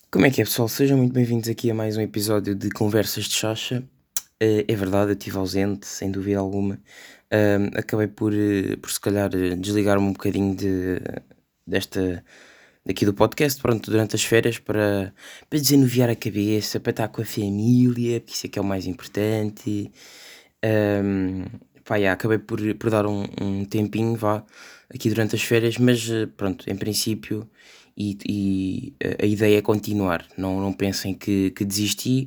Como é que é, pessoal? Sejam muito bem-vindos aqui a mais um episódio de Conversas de Chacha. É verdade, eu estive ausente, sem dúvida alguma. Acabei por se calhar desligar-me um bocadinho desta, daqui do podcast, pronto, durante as férias para desanuviar a cabeça, para estar com a família, porque isso é que é o mais importante. Um, Acabei por dar um tempinho, vá, aqui durante as férias, mas pronto, em princípio, a ideia é continuar. Não pensem que desisti.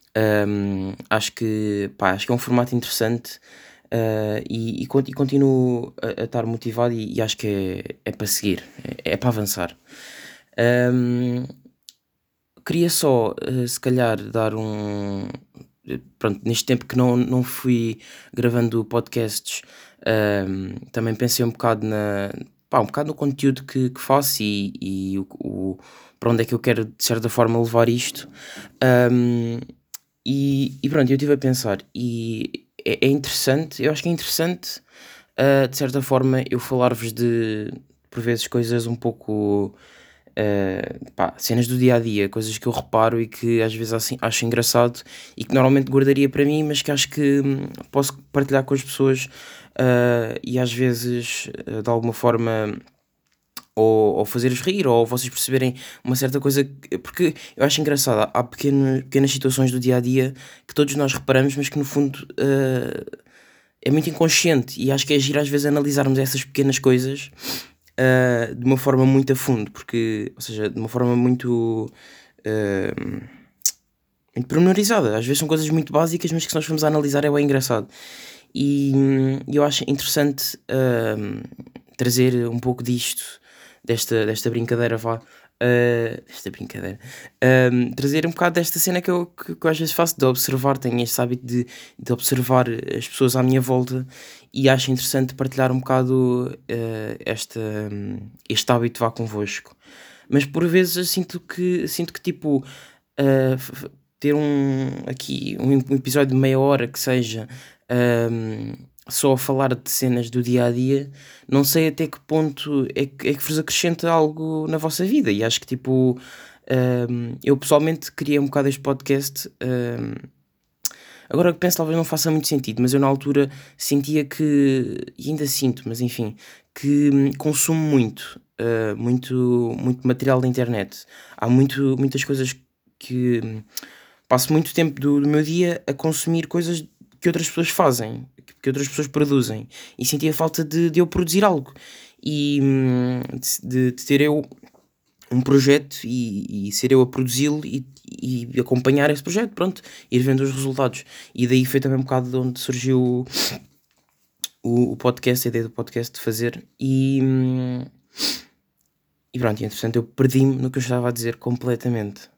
Acho que é um formato interessante. E continuo a estar motivado e acho que é para seguir, é para avançar. Um, Queria só, se calhar, dar pronto, neste tempo que não fui gravando podcasts, também pensei um bocado um bocado no conteúdo que faço para onde é que eu quero, de certa forma, levar isto. Um, e pronto, eu estive a pensar, e é interessante, eu acho que é interessante, de certa forma, eu falar-vos por vezes, coisas um pouco cenas do dia a dia, coisas que eu reparo e que às vezes assim, acho engraçado e que normalmente guardaria para mim, mas que acho que posso partilhar com as pessoas, e às vezes de alguma forma ou fazer-os rir ou vocês perceberem uma certa coisa, porque eu acho engraçado, há pequenas situações do dia a dia que todos nós reparamos, mas que no fundo é muito inconsciente, e acho que é giro às vezes analisarmos essas pequenas coisas de uma forma muito a fundo, porque, ou seja, de uma forma uh, muito pormenorizada. Às vezes são coisas muito básicas, mas que se nós formos a analisar é bem engraçado. E eu acho interessante trazer um pouco desta brincadeira, vá. Esta brincadeira, trazer um bocado desta cena que eu às vezes faço de observar, tenho este hábito de observar as pessoas à minha volta e acho interessante partilhar um bocado este hábito vá convosco. Mas por vezes eu sinto que tipo, ter um episódio de meia hora que seja hum, só a falar de cenas do dia a dia, não sei até que ponto é que vos acrescenta algo na vossa vida. E acho que tipo, eu pessoalmente criei um bocado este podcast. Agora que penso, talvez não faça muito sentido, mas eu na altura sentia e ainda sinto, mas enfim, que consumo muito material da internet. Há muitas coisas que passo muito tempo do meu dia a consumir coisas que outras pessoas fazem, que outras pessoas produzem, e sentia falta de eu produzir algo e de ter eu um projeto e ser eu a produzi-lo e acompanhar esse projeto, pronto, ir vendo os resultados. E daí foi também um bocado de onde surgiu o podcast, a ideia do podcast de fazer. E pronto, e entretanto eu perdi-me no que eu estava a dizer completamente.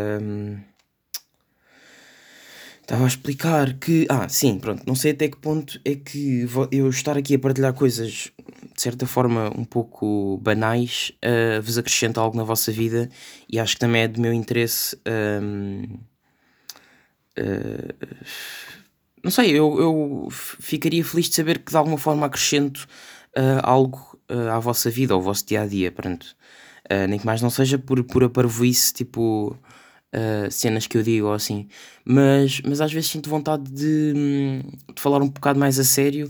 Estava a explicar que. Sim, pronto. Não sei até que ponto é que eu estar aqui a partilhar coisas de certa forma um pouco banais vos acrescenta algo na vossa vida, e acho que também é do meu interesse. Não sei, eu ficaria feliz de saber que de alguma forma acrescento algo à vossa vida, ao vosso dia a dia. Pronto. Nem que mais não seja por pura parvoíce, tipo cenas que eu digo ou assim, mas às vezes sinto vontade de falar um bocado mais a sério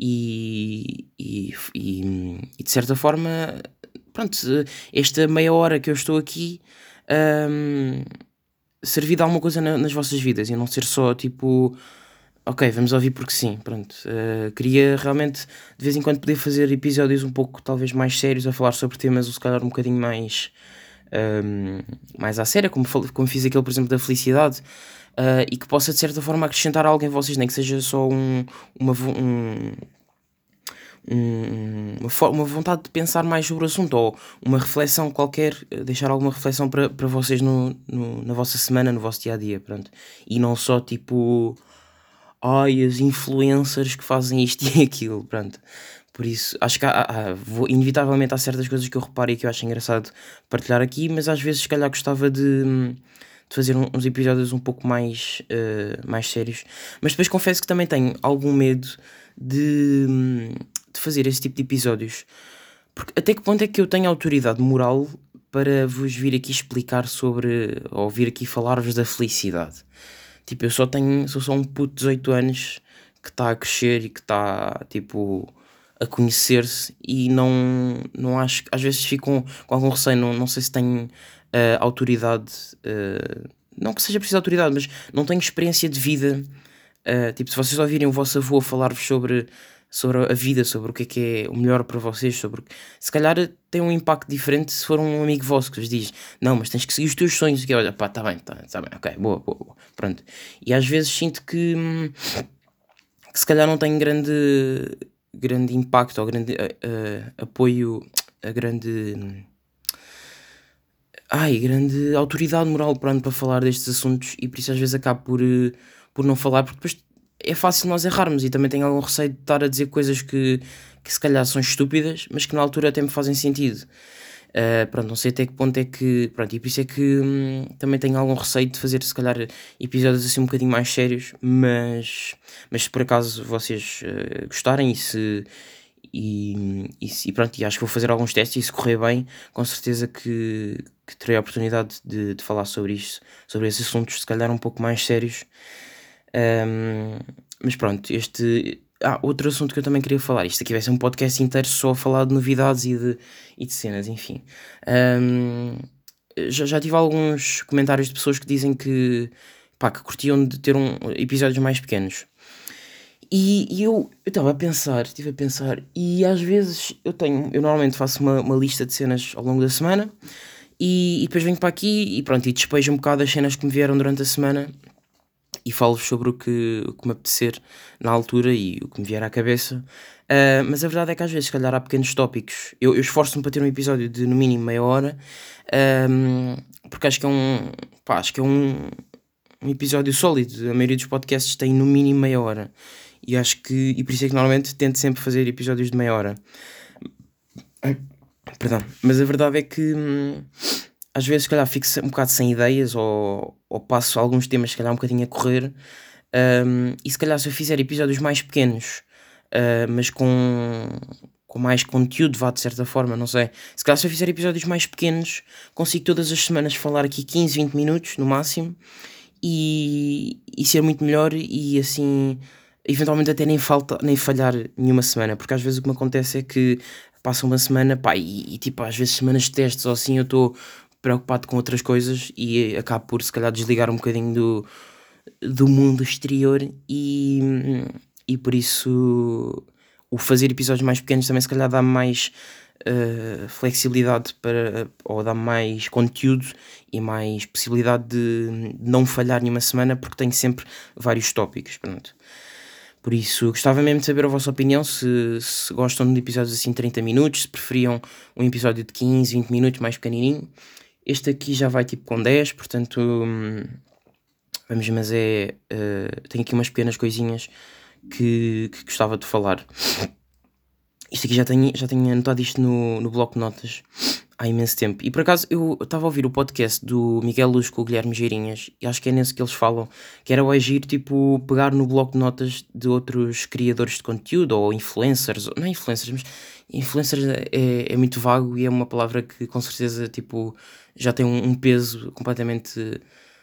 e de certa forma, pronto, esta meia hora que eu estou aqui, hum, servir de alguma coisa nas vossas vidas e não ser só tipo, ok, vamos ouvir porque sim, pronto. Queria realmente de vez em quando poder fazer episódios um pouco talvez mais sérios, a falar sobre temas ou se calhar um bocadinho mais à séria, como fiz aquele, por exemplo, da felicidade, e que possa de certa forma acrescentar algo em vocês, nem que seja só uma, vo- um- uma vontade de pensar mais sobre o assunto, ou uma reflexão qualquer, deixar alguma reflexão para vocês na vossa semana, no vosso dia a dia, pronto. E não só tipo, ai, as influencers que fazem isto e aquilo, pronto. Por isso, acho que inevitavelmente há certas coisas que eu reparo e que eu acho engraçado partilhar aqui, mas às vezes, se calhar, gostava de fazer uns episódios um pouco mais sérios. Mas depois confesso que também tenho algum medo de fazer esse tipo de episódios, porque até que ponto é que eu tenho autoridade moral para vos vir aqui explicar sobre, ou vir aqui falar-vos da felicidade. Tipo, sou só um puto de 18 anos que está a crescer e que está, tipo, a conhecer-se e não acho, às vezes fico com algum receio, não sei se tenho autoridade, não que seja preciso autoridade, mas não tenho experiência de vida. Tipo, se vocês ouvirem o vosso avô falar-vos sobre a vida, sobre o que é o melhor para vocês, se calhar tem um impacto diferente se for um amigo vosso que vos diz, não, mas tens que seguir os teus sonhos, e que olha, pá, tá bem, ok, boa, boa, boa, pronto. E às vezes sinto que se calhar não tenho grande impacto ou grande apoio, grande autoridade moral, pronto, para falar destes assuntos, e por isso às vezes acabo por não falar, porque depois é fácil nós errarmos, e também tenho algum receio de estar a dizer coisas que se calhar são estúpidas, mas que na altura até me fazem sentido. Pronto, não sei até que ponto é que. Pronto, e por isso é que também tenho algum receio de fazer, se calhar, episódios assim um bocadinho mais sérios, mas se por acaso vocês gostarem e pronto, e acho que vou fazer alguns testes e se correr bem, com certeza que terei a oportunidade de falar sobre isto, sobre esses assuntos, se calhar um pouco mais sérios. Mas pronto, outro assunto que eu também queria falar. Isto aqui vai ser um podcast inteiro só a falar de novidades e de cenas, enfim. Já tive alguns comentários de pessoas que dizem que curtiam de ter episódios mais pequenos. E eu estive a pensar, e às vezes eu normalmente faço uma lista de cenas ao longo da semana e depois venho para aqui e pronto, e despejo um bocado as cenas que me vieram durante a semana e falo-vos sobre o que me apetecer na altura e o que me vier à cabeça. Mas a verdade é que às vezes, se calhar, há pequenos tópicos. Eu esforço-me para ter um episódio de no mínimo meia hora, porque acho que é um episódio sólido. A maioria dos podcasts tem no mínimo meia hora. E por isso é que normalmente tento sempre fazer episódios de meia hora. Perdão. Mas a verdade é que às vezes, se calhar, fico um bocado sem ideias ou passo alguns temas, se calhar, um bocadinho a correr. E se calhar, se eu fizer episódios mais pequenos, mas com mais conteúdo, vá, de certa forma, não sei. Se calhar, se eu fizer episódios mais pequenos, consigo todas as semanas falar aqui 15, 20 minutos, no máximo, e ser muito melhor e, assim, eventualmente até nem falhar nenhuma semana. Porque às vezes o que me acontece é que passa uma semana, tipo, às vezes semanas de testes ou assim, eu estou preocupado com outras coisas e acabo por, se calhar, desligar um bocadinho do mundo exterior e por isso o fazer episódios mais pequenos também, se calhar, dá-me mais flexibilidade ou dá-me mais conteúdo e mais possibilidade de não falhar nenhuma semana, porque tenho sempre vários tópicos, pronto. Por isso, gostava mesmo de saber a vossa opinião, se gostam de episódios assim de 30 minutos, se preferiam um episódio de 15, 20 minutos mais pequenininho. Este aqui já vai tipo com 10, portanto, mas tenho aqui umas pequenas coisinhas que gostava de falar. Isto aqui já tenho anotado isto no bloco de notas há imenso tempo. E por acaso eu estava a ouvir o podcast do Miguel Luz com o Guilherme Geirinhas e acho que é nesse que eles falam que era o agir, tipo, pegar no bloco de notas de outros criadores de conteúdo ou influencers, não é influencers, mas influencers é muito vago e é uma palavra que com certeza, tipo, já tem um peso completamente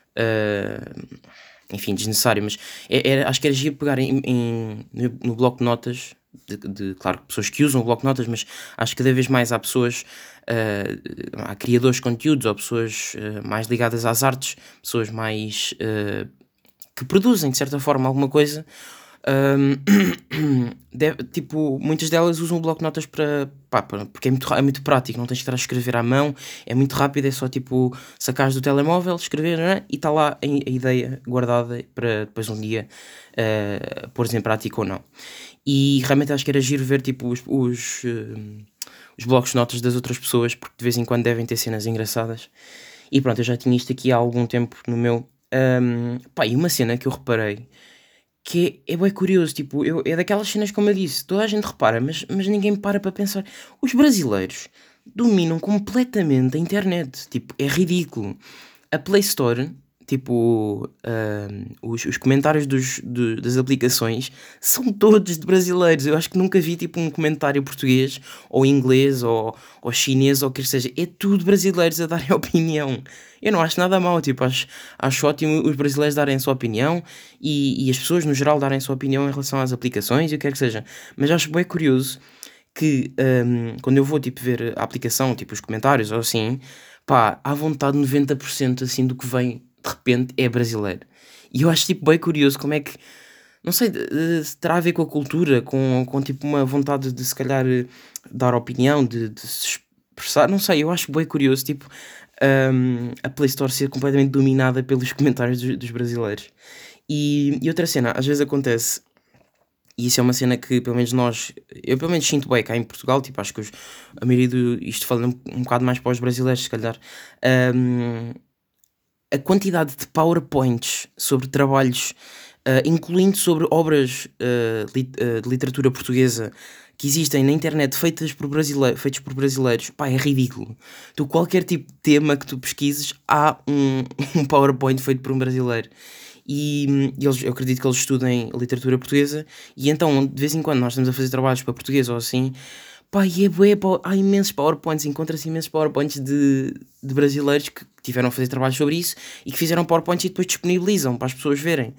enfim, desnecessário, mas acho que era giro pegar no bloco de notas claro, pessoas que usam o bloco de notas, mas acho que cada vez mais há pessoas, há criadores de conteúdos ou pessoas mais ligadas às artes, pessoas mais que produzem de certa forma alguma coisa. Tipo, muitas delas usam o bloco de notas porque é muito prático, não tens que estar a escrever à mão, é muito rápido, é só tipo sacares do telemóvel, escrever, e está lá a ideia guardada para depois um dia pôres em prática ou não. E realmente acho que era giro ver tipo os blocos de notas das outras pessoas, porque de vez em quando devem ter cenas engraçadas. E pronto, eu já tinha isto aqui há algum tempo no meu. E uma cena que eu reparei que é bem curioso, tipo, é daquelas cenas, como eu disse, toda a gente repara, mas ninguém para pensar. Os brasileiros dominam completamente a internet, tipo, é ridículo. A Play Store, tipo, os comentários das aplicações são todos de brasileiros. Eu acho que nunca vi, tipo, um comentário português, ou inglês, ou chinês, ou o que seja. É tudo brasileiros a darem opinião. Eu não acho nada mal, tipo, acho ótimo os brasileiros darem a sua opinião e as pessoas, no geral, darem a sua opinião em relação às aplicações e o que quer que seja. Mas acho bem curioso que quando eu vou tipo ver a aplicação, tipo os comentários ou assim, pá, à vontade 90% assim do que vem de repente é brasileiro. E eu acho tipo bem curioso como é que, não sei, se terá a ver com a cultura, com tipo uma vontade de se calhar dar opinião, de se expressar, não sei, eu acho bem curioso, tipo, a Play Store ser completamente dominada pelos comentários dos brasileiros. E outra cena, às vezes acontece e isso é uma cena que, pelo menos nós, eu pelo menos sinto bem cá em Portugal, tipo, acho que a maioria isto falando um bocado mais para os brasileiros, se calhar, hum, a quantidade de PowerPoints sobre trabalhos, incluindo sobre obras de literatura portuguesa que existem na internet feitos por brasileiros, pá, é ridículo. Tu, qualquer tipo de tema que tu pesquises, há um PowerPoint feito por um brasileiro. E eu acredito que eles estudem literatura portuguesa, e então, de vez em quando, nós estamos a fazer trabalhos para português ou assim, pá, e é bué, há imensos PowerPoints, encontra-se imensos PowerPoints de brasileiros que tiveram a fazer trabalhos sobre isso e que fizeram PowerPoints e depois disponibilizam para as pessoas verem.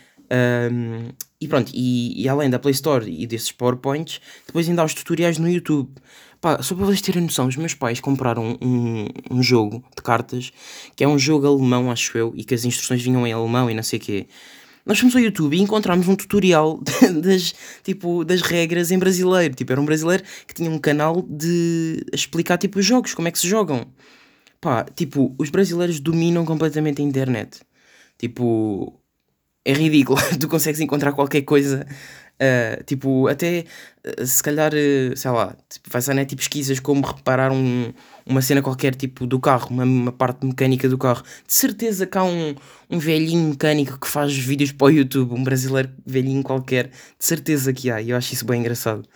E pronto, e além da Play Store e desses PowerPoints, depois ainda há os tutoriais no YouTube. Pá, só para vocês terem noção, os meus pais compraram um jogo de cartas, que é um jogo alemão, acho eu, e que as instruções vinham em alemão e não sei o quê. Nós fomos ao YouTube e encontramos um tutorial das regras em brasileiro. Tipo, era um brasileiro que tinha um canal de explicar tipo os jogos, como é que se jogam. Pá, tipo, os brasileiros dominam completamente a internet. Tipo, é ridículo. Tu consegues encontrar qualquer coisa. Tipo, até se calhar, sei lá, tipo, vais à net e pesquisas como reparar uma cena qualquer, tipo do carro, uma parte mecânica do carro. De certeza que há um velhinho mecânico que faz vídeos para o YouTube, um brasileiro velhinho qualquer, de certeza que há, e eu acho isso bem engraçado.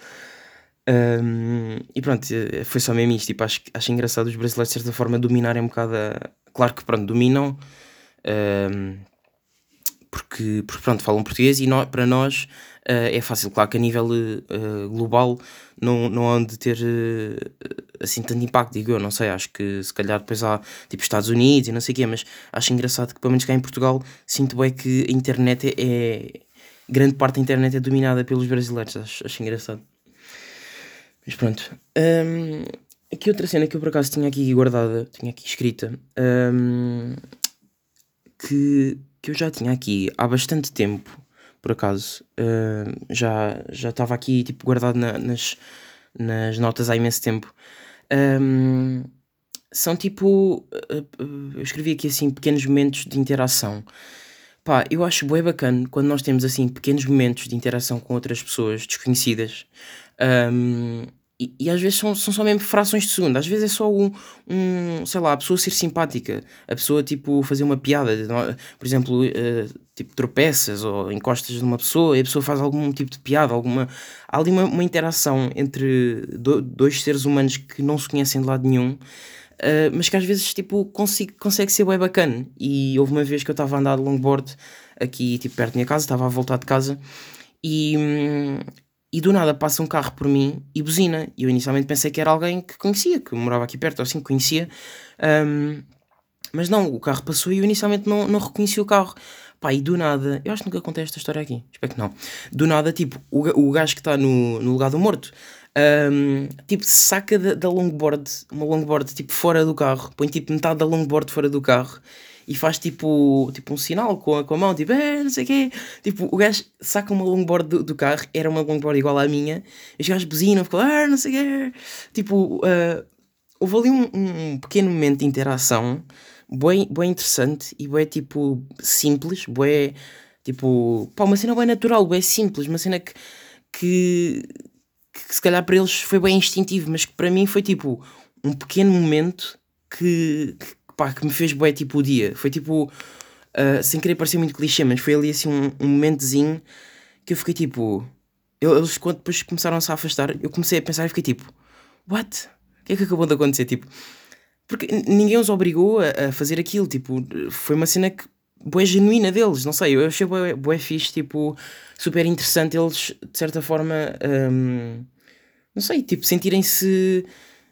E pronto, foi só mesmo isto. Tipo, acho engraçado os brasileiros de certa forma dominarem um bocado Claro que pronto, dominam. ahm, porque pronto, falam português e para nós é fácil. Claro que a nível global não há de ter assim tanto impacto, digo eu, não sei, acho que se calhar depois há tipo Estados Unidos e não sei o quê, mas acho engraçado que pelo menos cá em Portugal sinto bem que a internet grande parte da internet é dominada pelos brasileiros, acho engraçado. Mas pronto. Aqui outra cena que eu por acaso tinha aqui guardada, tinha aqui escrita, que eu já tinha aqui há bastante tempo, por acaso. Já estava aqui tipo guardado nas notas há imenso tempo. Hum, São tipo. Eu escrevi aqui assim pequenos momentos de interação. Pá, eu acho bué bacana quando nós temos assim pequenos momentos de interação com outras pessoas desconhecidas. Hum, e às vezes são só mesmo frações de segundo, às vezes é só sei lá, a pessoa ser simpática, a pessoa tipo fazer uma piada, por exemplo, tipo tropeças ou encostas numa pessoa e a pessoa faz algum tipo de piada, há ali uma interação entre dois seres humanos que não se conhecem de lado nenhum. Mas que às vezes tipo, consegue ser bem bacana. E houve uma vez que eu estava a andar de longboard aqui tipo, perto da minha casa, estava a voltar de casa e, hum, e do nada passa um carro por mim e buzina. E eu inicialmente pensei que era alguém que conhecia, que morava aqui perto ou assim, que conhecia. Hum, mas não, o carro passou e eu inicialmente não reconheci o carro. Pá, e do nada, eu acho que nunca contei esta história aqui, espero que não. Do nada, tipo, o gajo que está no lugar do morto, tipo, saca da longboard, uma longboard, tipo, fora do carro, põe tipo metade da longboard fora do carro e faz tipo um sinal com a mão, tipo, não sei o quê. Tipo, o gajo saca uma longboard do carro, era uma longboard igual à minha, e os gajos buzinam, ficam, não sei o quê. Tipo, houve ali um pequeno momento de interação bem interessante e bem tipo simples, bem tipo, pá, uma cena bem natural, bem simples, uma cena que, que se calhar para eles foi bem instintivo, mas que para mim foi tipo um pequeno momento pá, que me fez bem tipo o dia. Foi tipo, sem querer parecer muito clichê, mas foi ali assim um momentozinho que eu fiquei tipo. Eles quando depois começaram-se a afastar, eu comecei a pensar e fiquei tipo, what? O que é que acabou de acontecer? Tipo, porque ninguém os obrigou a fazer aquilo, tipo, foi uma cena que bué genuína deles, não sei, eu achei bué fixe, tipo, super interessante eles, de certa forma, não sei, tipo, sentirem-se,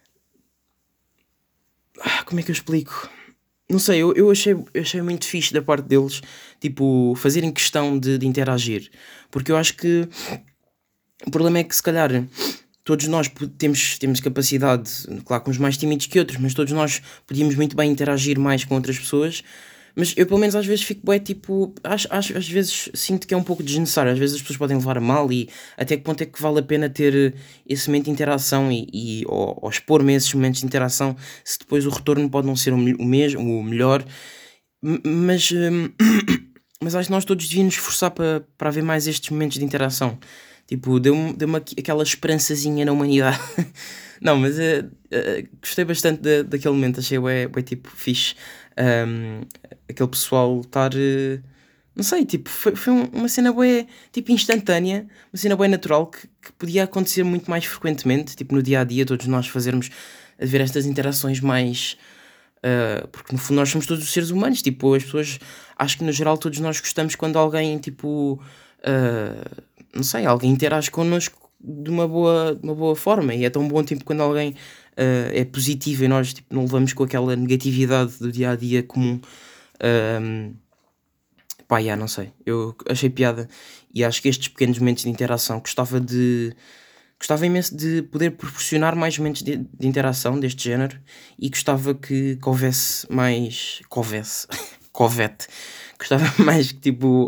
como é que eu explico? Não sei, eu achei muito fixe da parte deles, tipo, fazerem questão de interagir, porque eu acho que o problema é que se calhar todos nós temos capacidade, claro que uns mais tímidos que outros, mas todos nós podíamos muito bem interagir mais com outras pessoas. Mas eu, pelo menos, às vezes fico bué, tipo, às vezes sinto que é um pouco desnecessário. Às vezes as pessoas podem levar a mal e até que ponto é que vale a pena ter esse momento de interação ou expor-me a esses momentos de interação se depois o retorno pode não ser o mesmo, o melhor. Mas, mas acho que nós todos devíamos esforçar para haver mais estes momentos de interação. Tipo, deu-me aquela esperançazinha na humanidade. Não, mas gostei bastante daquele momento, achei bué, tipo fixe. Ahm, Aquele pessoal estar. Não sei, tipo, foi uma cena bué, tipo, instantânea, uma cena bué natural que podia acontecer muito mais frequentemente, tipo, no dia a dia, todos nós fazermos, a ver estas interações mais. Porque no fundo nós somos todos os seres humanos, tipo, as pessoas, acho que no geral todos nós gostamos quando alguém, tipo, não sei, alguém interage connosco de uma boa forma, e é tão bom, tipo, quando alguém é positivo e nós, tipo, não levamos com aquela negatividade do dia a dia comum. Ah, Pá, não sei, eu achei piada e acho que estes pequenos momentos de interação gostava imenso de poder proporcionar mais momentos de interação deste género e gostava que houvesse mais. Que houvesse. Que houvesse. Gostava mais que tipo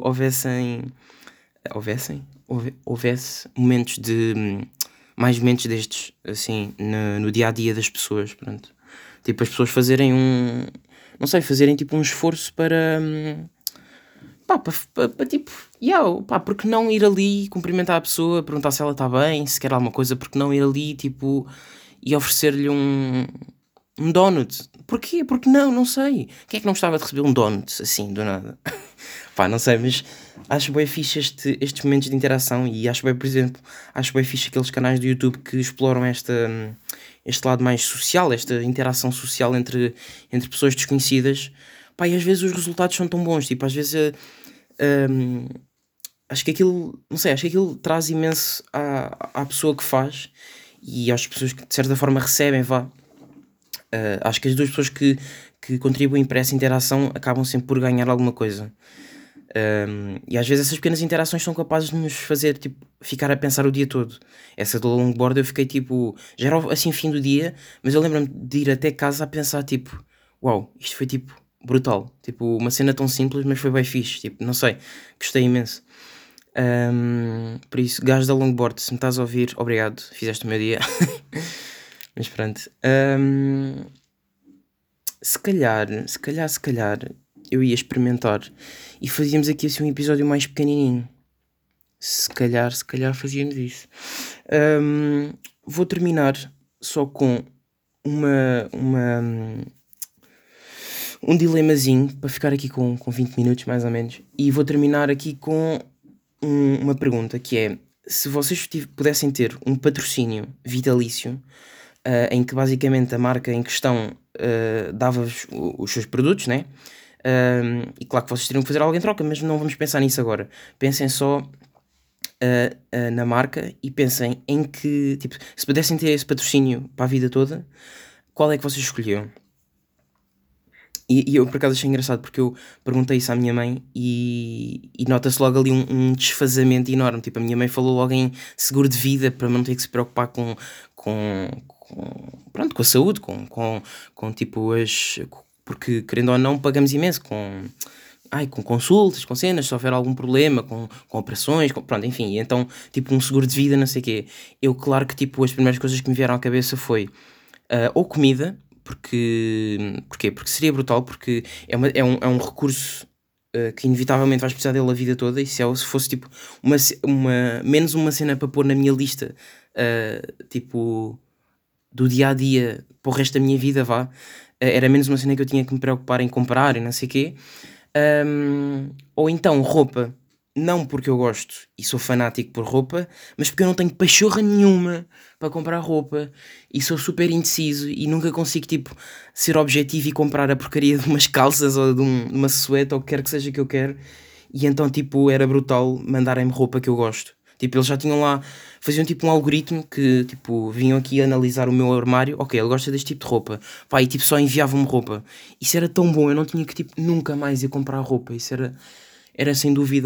houvesse momentos de. Mais momentos destes, assim, no dia a dia das pessoas, pronto. Tipo, as pessoas fazerem não sei, fazerem tipo um esforço para. Pá, para tipo, pá, porque não ir ali cumprimentar a pessoa, perguntar se ela está bem, se quer alguma coisa, porque não ir ali, tipo, e oferecer-lhe um donut. Porquê? Porque não sei. Quem é que não gostava de receber um donut, assim, do nada? Pá, não sei, mas acho bem fixe estes momentos de interação e acho bem, por exemplo, acho bem fixe aqueles canais do YouTube que exploram este lado mais social, esta interação social entre pessoas desconhecidas. Pá, e às vezes os resultados são tão bons, tipo, às vezes hum, acho que aquilo, não sei, acho que aquilo traz imenso à pessoa que faz e às pessoas que de certa forma recebem, vá. Acho que as duas pessoas que contribuem para essa interação acabam sempre por ganhar alguma coisa. E às vezes essas pequenas interações são capazes de nos fazer tipo, ficar a pensar o dia todo. Essa do longboard eu fiquei tipo, já era assim fim do dia, mas eu lembro-me de ir até casa a pensar tipo, uau, isto foi tipo brutal. Tipo, uma cena tão simples, mas foi bem fixe. Tipo, não sei, gostei imenso. Por isso, gajo da longboard, se me estás a ouvir, obrigado, fizeste o meu dia. Mas pronto. Se calhar, eu ia experimentar e fazíamos aqui assim um episódio mais pequenininho. Se calhar fazíamos isso. Vou terminar só com um dilemazinho para ficar aqui com 20 minutos mais ou menos. E vou terminar aqui com uma pergunta que é: se vocês pudessem ter um patrocínio vitalício, em que basicamente a marca em questão dava-vos os seus produtos, né? E claro que vocês teriam que fazer algo em troca, mas não vamos pensar nisso agora. Pensem só na marca e pensem em que, tipo, se pudessem ter esse patrocínio para a vida toda, qual é que vocês escolhiam? E eu por acaso achei engraçado porque eu perguntei isso à minha mãe e nota-se logo ali um desfazamento enorme. Tipo, a minha mãe falou logo em seguro de vida para não ter que se preocupar pronto, com a saúde, com tipo porque querendo ou não pagamos imenso com consultas, com cenas, se houver algum problema, com operações, pronto, enfim, então tipo um seguro de vida, não sei o quê. Eu claro que tipo as primeiras coisas que me vieram à cabeça foi ou comida, porquê? Porque seria brutal, porque é um recurso que inevitavelmente vais precisar dele a vida toda, e se fosse tipo menos uma cena para pôr na minha lista, tipo do dia a dia para o resto da minha vida, vá, era menos uma cena que eu tinha que me preocupar em comprar e não sei o quê. Ou então roupa. não porque eu gosto e sou fanático por roupa, mas porque eu não tenho pachorra nenhuma para comprar roupa e sou super indeciso e nunca consigo, tipo, ser objetivo e comprar a porcaria de umas calças ou de uma suéte ou o que quer que seja que eu quero. E então, tipo, era brutal mandarem-me roupa que eu gosto. Tipo, eles já tinham lá, faziam tipo um algoritmo que, tipo, vinham aqui analisar o meu armário. Ok, ele gosta deste tipo de roupa. Pá, e tipo, só enviavam-me roupa. Isso era tão bom, eu não tinha que, tipo, nunca mais ir comprar roupa. Isso era sem dúvida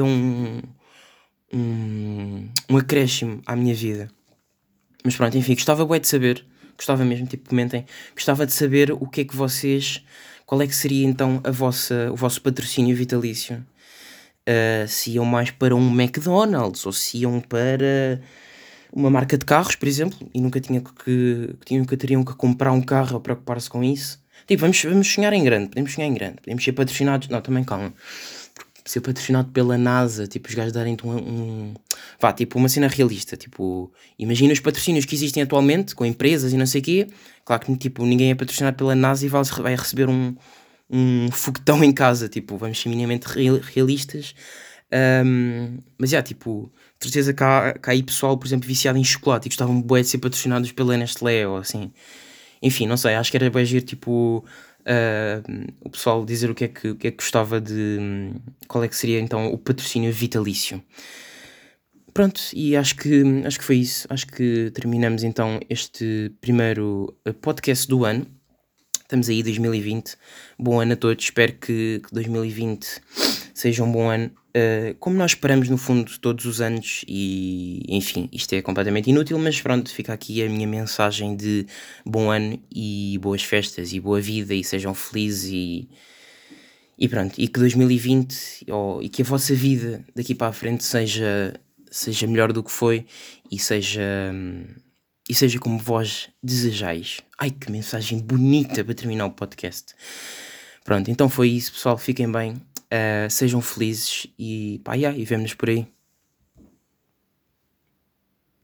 um acréscimo à minha vida. Mas pronto, enfim, gostava bué de saber, gostava mesmo, tipo, comentem, gostava de saber o que é que vocês, qual é que seria então o vosso patrocínio vitalício. Se iam mais para um McDonald's ou se iam para uma marca de carros, por exemplo, e nunca teriam que comprar um carro ou preocupar-se com isso. Tipo, vamos sonhar em grande, podemos sonhar em grande, podemos ser patrocinados, não, também calma, ser patrocinado pela NASA, tipo, os gajos darem-te vá, tipo, uma cena realista, tipo, imagina os patrocínios que existem atualmente, com empresas e não sei o quê, claro que, tipo, ninguém é patrocinado pela NASA e vai receber um foguetão em casa, tipo, vamos ser minimamente realistas, mas, já, tipo, de certeza que há aí pessoal, por exemplo, viciado em chocolate e gostavam bué de ser patrocinados pela Nestlé ou assim. Enfim, não sei, acho que era bem giro, tipo, o pessoal dizer o que é que gostava de. Qual é que seria então o patrocínio vitalício. Pronto, e acho que foi isso. Acho que terminamos então este primeiro podcast do ano. Estamos aí 2020. Bom ano a todos. Espero que 2020 seja um bom ano. Como nós esperamos no fundo todos os anos, e enfim, isto é completamente inútil, mas pronto, fica aqui a minha mensagem de bom ano e boas festas e boa vida e sejam felizes e pronto, e que 2020 e que a vossa vida daqui para a frente seja melhor do que foi e seja como vós desejais. Ai, que mensagem bonita para terminar o podcast. Pronto, então foi isso, pessoal. Fiquem bem, sejam felizes e pá, e vemo-nos por aí.